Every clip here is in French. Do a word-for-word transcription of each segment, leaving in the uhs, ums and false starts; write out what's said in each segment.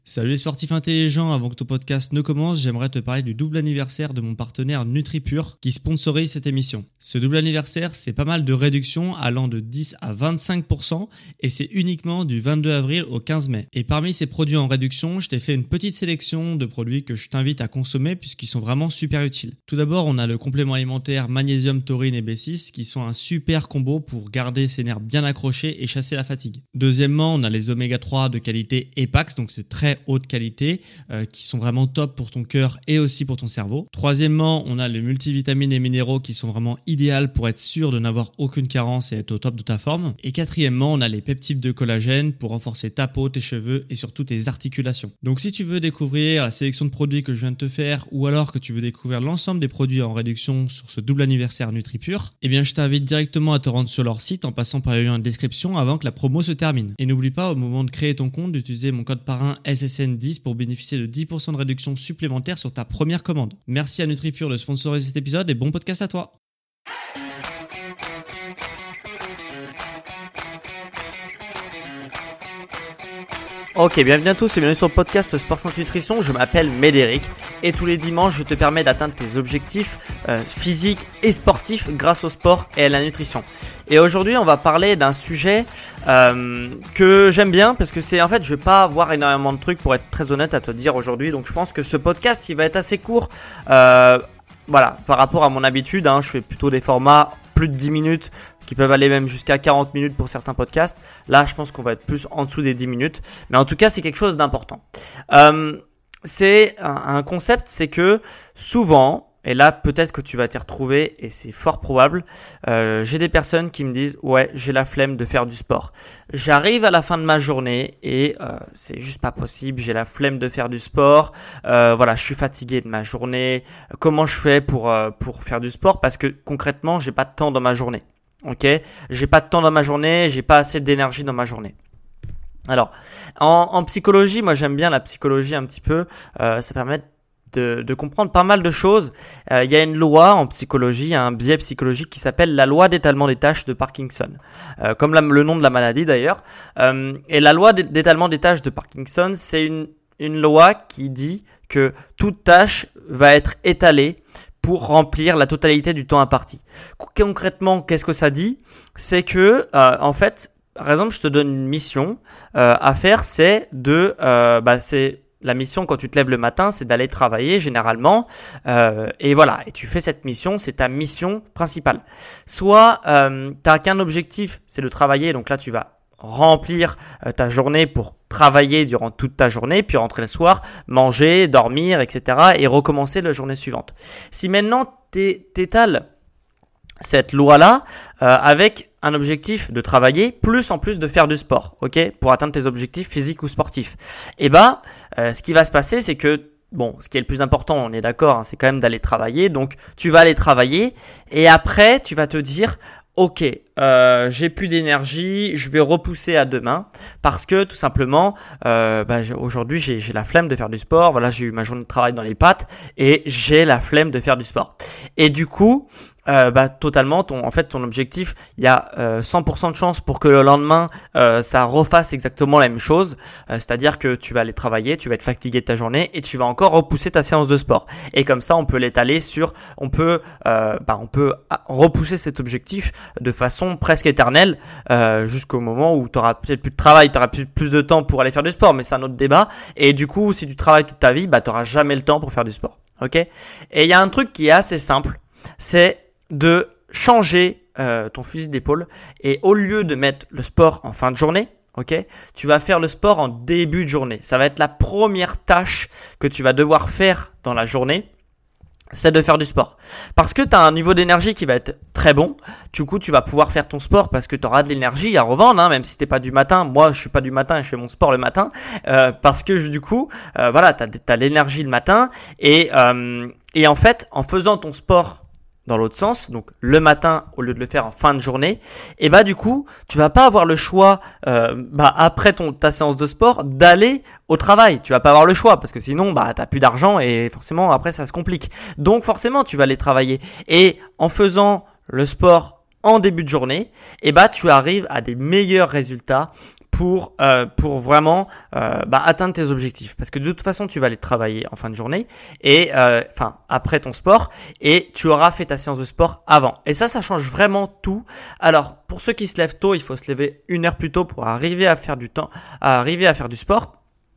Salut les sportifs intelligents, avant que ton podcast ne commence, j'aimerais te parler du double anniversaire de mon partenaire NutriPure qui sponsorise cette émission. Ce double anniversaire, c'est pas mal de réductions allant de dix à vingt-cinq pour cent et c'est uniquement du vingt-deux avril au quinze mai. Et parmi ces produits en réduction, je t'ai fait une petite sélection de produits que je t'invite à consommer puisqu'ils sont vraiment super utiles. Tout d'abord, on a le complément alimentaire magnésium, taurine et B six qui sont un super combo pour garder ses nerfs bien accrochés et chasser la fatigue. Deuxièmement, on a les oméga trois de qualité Epax, donc c'est très haute qualité euh, qui sont vraiment top pour ton cœur et aussi pour ton cerveau. Troisièmement, on a les multivitamines et minéraux qui sont vraiment idéales pour être sûr de n'avoir aucune carence et être au top de ta forme. Et quatrièmement, on a les peptides de collagène pour renforcer ta peau, tes cheveux et surtout tes articulations. Donc si tu veux découvrir la sélection de produits que je viens de te faire ou alors que tu veux découvrir l'ensemble des produits en réduction sur ce double anniversaire NutriPure, eh bien je t'invite directement à te rendre sur leur site en passant par le lien de description avant que la promo se termine. Et n'oublie pas au moment de créer ton compte d'utiliser mon code parrain S S N dix pour bénéficier de dix pour cent de réduction supplémentaire sur ta première commande. Merci à NutriPure de sponsoriser cet épisode et bon podcast à toi. Ok, bienvenue à tous et bienvenue sur le podcast Sport Santé Nutrition. Je m'appelle Médéric et tous les dimanches, je te permets d'atteindre tes objectifs euh, physiques et sportifs grâce au sport et à la nutrition. Et aujourd'hui, on va parler d'un sujet euh, que j'aime bien parce que c'est en fait, je vais pas avoir énormément de trucs pour être très honnête à te dire aujourd'hui. Donc, je pense que ce podcast, il va être assez court. Euh, voilà, par rapport à mon habitude, hein, je fais plutôt des formats plus de dix minutes. Qui peuvent aller même jusqu'à quarante minutes pour certains podcasts. Là, je pense qu'on va être plus en dessous des dix minutes. Mais en tout cas, c'est quelque chose d'important. Euh, c'est un, un concept, c'est que souvent, et là, peut-être que tu vas t'y retrouver et c'est fort probable, euh, j'ai des personnes qui me disent « Ouais, j'ai la flemme de faire du sport. J'arrive à la fin de ma journée et euh, c'est juste pas possible. J'ai la flemme de faire du sport. Euh, voilà, je suis fatigué de ma journée. Comment je fais pour, euh, pour faire du sport? Parce que concrètement, j'ai pas de temps dans ma journée. » Ok, j'ai pas de temps dans ma journée, j'ai pas assez d'énergie dans ma journée. Alors, en, en psychologie, moi j'aime bien la psychologie un petit peu. Euh, ça permet de, de comprendre pas mal de choses. Euh, il y a une loi en psychologie, un biais psychologique qui s'appelle la loi d'étalement des tâches de Parkinson, euh, comme la, le nom de la maladie d'ailleurs. Euh, et la loi d'étalement des tâches de Parkinson, c'est une une loi qui dit que toute tâche va être étalée pour remplir la totalité du temps imparti. Concrètement, qu'est-ce que ça dit? C'est que, euh, en fait, par exemple, je te donne une mission euh, à faire, c'est de, euh, bah, c'est la mission quand tu te lèves le matin, c'est d'aller travailler généralement, euh, et voilà. Et tu fais cette mission, c'est ta mission principale. Soit euh, t'as qu'un objectif, c'est de travailler, donc là tu vas remplir euh, ta journée pour travailler durant toute ta journée, puis rentrer le soir, manger, dormir, et cetera et recommencer la journée suivante. Si maintenant t'étales cette loi-là euh, avec un objectif de travailler, plus en plus de faire du sport, ok, pour atteindre tes objectifs physiques ou sportifs, et ben, euh, ce qui va se passer, c'est que bon, ce qui est le plus important, on est d'accord, hein, c'est quand même d'aller travailler. Donc, tu vas aller travailler et après, tu vas te dire ok, euh, j'ai plus d'énergie, je vais repousser à demain parce que tout simplement, euh, bah, aujourd'hui j'ai, j'ai la flemme de faire du sport. Voilà, j'ai eu ma journée de travail dans les pattes et j'ai la flemme de faire du sport. Et du coup, euh, bah totalement, ton, en fait, ton objectif, il y a euh, cent pour cent de chance pour que le lendemain, euh, ça refasse exactement la même chose. Euh, c'est-à-dire que tu vas aller travailler, tu vas être fatigué de ta journée et tu vas encore repousser ta séance de sport. Et comme ça, on peut l'étaler sur, on peut, euh, bah, on peut repousser cet objectif de façon presque éternelle euh, jusqu'au moment où tu auras peut-être plus de travail, tu auras plus, plus de temps pour aller faire du sport, mais c'est un autre débat. Et du coup, si tu travailles toute ta vie, bah, tu n'auras jamais le temps pour faire du sport. Ok ? Et il y a un truc qui est assez simple, c'est de changer euh, ton fusil d'épaule et au lieu de mettre le sport en fin de journée, ok, tu vas faire le sport en début de journée. Ça va être la première tâche que tu vas devoir faire dans la journée. C'est de faire du sport. Parce que tu as un niveau d'énergie qui va être très bon. Du coup, tu vas pouvoir faire ton sport parce que tu auras de l'énergie à revendre, hein, même si t'es pas du matin. Moi, je suis pas du matin et je fais mon sport le matin. Euh, parce que du coup, euh, voilà, tu as l'énergie le matin. Et, euh, et en fait, en faisant ton sport dans l'autre sens, donc le matin au lieu de le faire en fin de journée, et bah du coup tu vas pas avoir le choix euh, bah après ton ta séance de sport d'aller au travail. Tu vas pas avoir le choix parce que sinon bah t'as plus d'argent et forcément après ça se complique. Donc forcément tu vas aller travailler et en faisant le sport en début de journée, et bah tu arrives à des meilleurs résultats pour euh, pour vraiment euh, bah, atteindre tes objectifs. Parce que de toute façon, tu vas aller travailler en fin de journée et euh, enfin après ton sport et tu auras fait ta séance de sport avant. Et ça, ça change vraiment tout. Alors pour ceux qui se lèvent tôt, il faut se lever une heure plus tôt pour arriver à faire du temps, à arriver à faire du sport.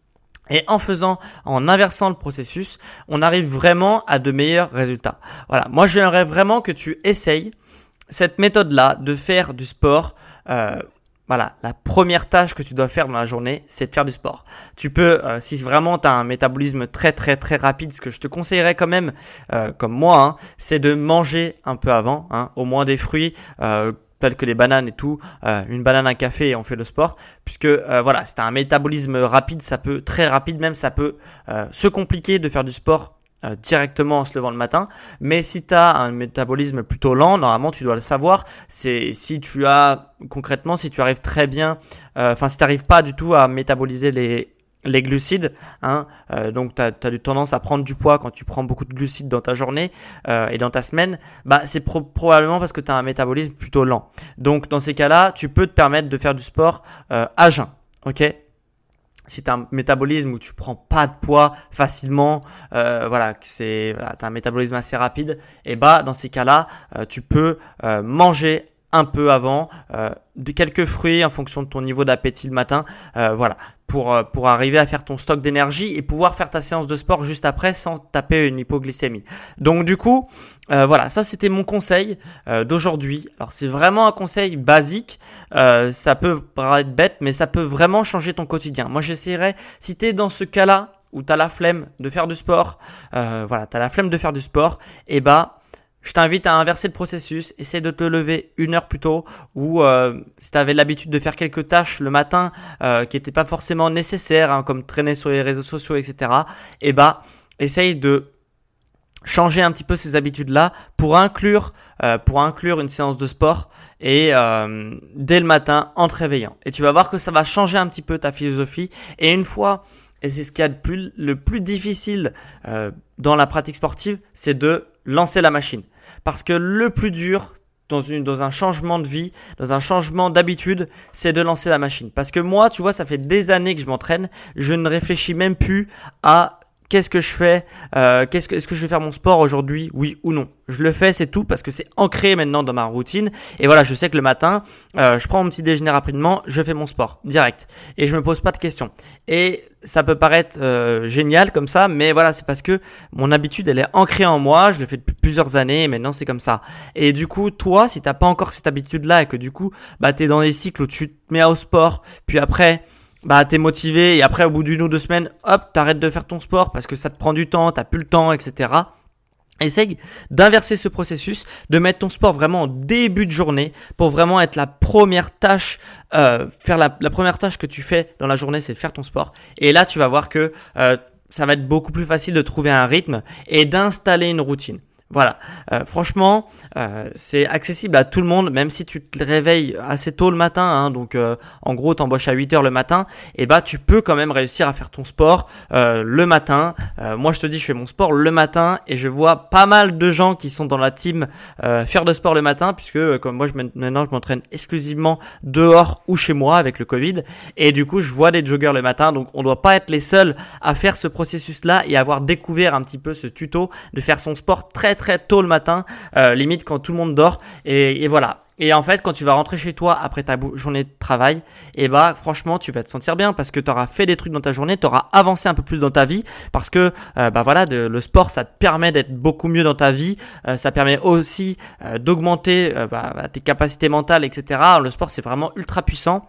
Et en faisant, en inversant le processus, on arrive vraiment à de meilleurs résultats. Voilà, moi j'aimerais vraiment que tu essayes cette méthode-là de faire du sport. Euh, voilà, la première tâche que tu dois faire dans la journée, c'est de faire du sport. Tu peux, euh, si vraiment tu as un métabolisme très très très rapide, ce que je te conseillerais quand même, euh, comme moi, hein, c'est de manger un peu avant, hein, au moins des fruits. Euh, tels que les bananes et tout, euh, une banane, un café et on fait le sport, puisque euh, voilà, c'est un métabolisme rapide, ça peut, très rapide même, ça peut euh, se compliquer de faire du sport euh, directement en se levant le matin, mais si tu as un métabolisme plutôt lent, normalement tu dois le savoir, c'est si tu as, concrètement, si tu arrives très bien, enfin euh, si tu n'arrives pas du tout à métaboliser les les glucides, hein, euh, donc tu as du tendance à prendre du poids quand tu prends beaucoup de glucides dans ta journée euh, et dans ta semaine, bah c'est pro- probablement parce que tu as un métabolisme plutôt lent. Donc dans ces cas-là, tu peux te permettre de faire du sport euh, à jeun, ok ? Si tu as un métabolisme où tu prends pas de poids facilement, euh, voilà, que c'est voilà, tu as un métabolisme assez rapide, et bah dans ces cas-là, euh, tu peux euh, manger un peu avant, euh, de quelques fruits en fonction de ton niveau d'appétit le matin, euh, voilà, pour euh, pour arriver à faire ton stock d'énergie et pouvoir faire ta séance de sport juste après sans taper une hypoglycémie. Donc du coup, euh, voilà, ça c'était mon conseil euh, d'aujourd'hui. Alors c'est vraiment un conseil basique, euh, ça peut paraître bête, mais ça peut vraiment changer ton quotidien. Moi j'essaierais, si tu es dans ce cas-là où tu as la flemme de faire du sport, euh, voilà, tu as la flemme de faire du sport, et bah je t'invite à inverser le processus, essaie de te lever une heure plus tôt ou euh, si tu avais l'habitude de faire quelques tâches le matin euh, qui n'étaient pas forcément nécessaires, hein, comme traîner sur les réseaux sociaux, et cetera, et bah essaye de changer un petit peu ces habitudes-là pour inclure, euh, pour inclure une séance de sport et euh, dès le matin en te réveillant. Et tu vas voir que ça va changer un petit peu ta philosophie et une fois, et c'est ce qu'il y a de plus, le plus difficile euh, dans la pratique sportive, c'est de lancer la machine. Parce que le plus dur dans, une, dans un changement de vie, dans un changement d'habitude, c'est de lancer la machine. Parce que moi, tu vois, ça fait des années que je m'entraîne, je ne réfléchis même plus à qu'est-ce que je fais, euh, qu'est-ce que, est-ce que je vais faire mon sport aujourd'hui, oui ou non. Je le fais, c'est tout, parce que c'est ancré maintenant dans ma routine. Et voilà, je sais que le matin, euh, je prends mon petit déjeuner rapidement, je fais mon sport direct. Et je me pose pas de questions. Et ça peut paraître euh, génial comme ça, mais voilà, c'est parce que mon habitude, elle est ancrée en moi. Je le fais depuis plusieurs années et maintenant, c'est comme ça. Et du coup, toi, si t'as pas encore cette habitude-là et que du coup, bah, t'es dans des cycles où tu te mets au sport, puis après, bah t'es motivé et après au bout d'une ou deux semaines, hop, t'arrêtes de faire ton sport parce que ça te prend du temps, t'as plus le temps, et cetera. Essaye d'inverser ce processus, de mettre ton sport vraiment en début de journée pour vraiment être la première tâche, euh, faire la, la première tâche que tu fais dans la journée, c'est faire ton sport. Et là, tu vas voir que euh, ça va être beaucoup plus facile de trouver un rythme et d'installer une routine. Voilà, euh, franchement, euh, c'est accessible à tout le monde, même si tu te réveilles assez tôt le matin, hein, donc euh, en gros t'embauches à huit heures le matin, et bah tu peux quand même réussir à faire ton sport euh, le matin. Euh, moi je te dis, je fais mon sport le matin et je vois pas mal de gens qui sont dans la team euh, faire de sport le matin, puisque euh, comme moi je, maintenant je m'entraîne exclusivement dehors ou chez moi avec le Covid, et du coup je vois des joggers le matin, donc on doit pas être les seuls à faire ce processus-là et avoir découvert un petit peu ce tuto de faire son sport très très tôt le matin, euh, limite quand tout le monde dort, et, et voilà. Et en fait, quand tu vas rentrer chez toi après ta journée de travail, et bah franchement, tu vas te sentir bien parce que tu auras fait des trucs dans ta journée, tu auras avancé un peu plus dans ta vie parce que euh, bah voilà, de, le sport, ça te permet d'être beaucoup mieux dans ta vie, euh, ça permet aussi euh, d'augmenter euh, bah, tes capacités mentales, et cetera. Le sport, c'est vraiment ultra puissant.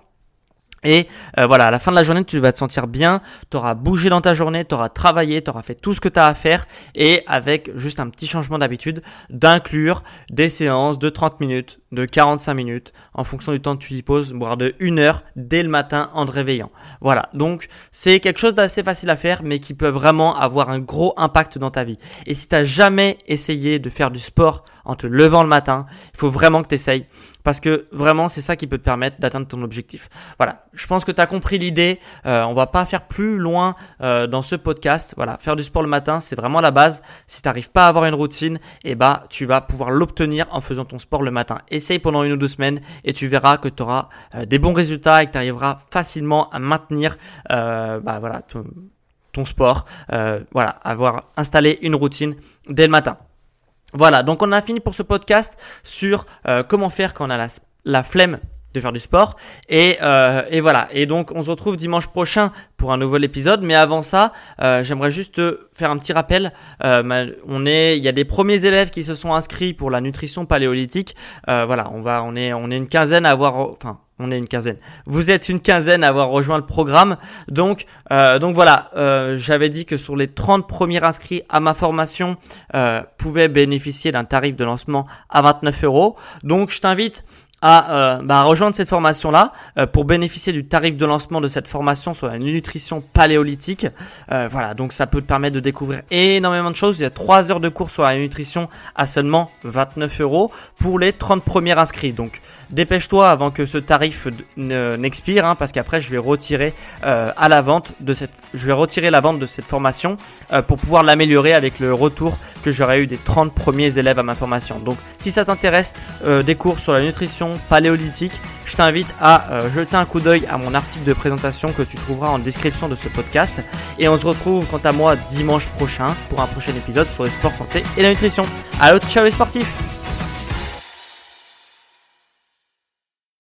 Et euh, voilà, à la fin de la journée, tu vas te sentir bien, tu auras bougé dans ta journée, tu auras travaillé, tu auras fait tout ce que tu as à faire, et avec juste un petit changement d'habitude, d'inclure des séances de trente minutes, de quarante-cinq minutes, en fonction du temps que tu y poses, voire de une heure dès le matin en te réveillant. Voilà, donc c'est quelque chose d'assez facile à faire, mais qui peut vraiment avoir un gros impact dans ta vie. Et si tu n'as jamais essayé de faire du sport en te levant le matin, il faut vraiment que tu essayes. Parce que vraiment, c'est ça qui peut te permettre d'atteindre ton objectif. Voilà, je pense que tu as compris l'idée. Euh, on va pas faire plus loin euh, dans ce podcast. Voilà, faire du sport le matin, c'est vraiment la base. Si tu n'arrives pas à avoir une routine, eh bah, tu vas pouvoir l'obtenir en faisant ton sport le matin. Et essaye pendant une ou deux semaines et tu verras que tu auras euh, des bons résultats et que tu arriveras facilement à maintenir euh, bah, voilà, ton, ton sport, euh, voilà, avoir installé une routine dès le matin. Voilà, donc on a fini pour ce podcast sur euh, comment faire quand on a la, la flemme de faire du sport et, euh, et voilà. Et donc on se retrouve dimanche prochain pour un nouvel épisode. Mais avant ça, euh, j'aimerais juste faire un petit rappel. Euh, on est, il y a des premiers élèves qui se sont inscrits pour la nutrition paléolithique. Euh, voilà, on va, on est, on est une quinzaine à avoir, enfin. On est une quinzaine. Vous êtes une quinzaine à avoir rejoint le programme. Donc, euh, donc voilà, euh, j'avais dit que sur les trente premiers inscrits à ma formation, euh, pouvaient bénéficier d'un tarif de lancement à vingt-neuf euros. Donc, je t'invite à, euh, bah, à rejoindre cette formation-là euh, pour bénéficier du tarif de lancement de cette formation sur la nutrition paléolithique. Euh, voilà, donc ça peut te permettre de découvrir énormément de choses. Il y a trois heures de cours sur la nutrition à seulement vingt-neuf euros pour les trente premiers inscrits. Donc, dépêche-toi avant que ce tarif n'expire, hein, parce qu'après je vais retirer euh, à la vente de cette, je vais retirer la vente de cette formation euh, pour pouvoir l'améliorer avec le retour que j'aurai eu des trente premiers élèves à ma formation. Donc, si ça t'intéresse, euh, des cours sur la nutrition paléolithique, je t'invite à euh, jeter un coup d'œil à mon article de présentation que tu trouveras en description de ce podcast. Et on se retrouve quant à moi dimanche prochain pour un prochain épisode sur le sport, santé et la nutrition. Allô, ciao les sportifs!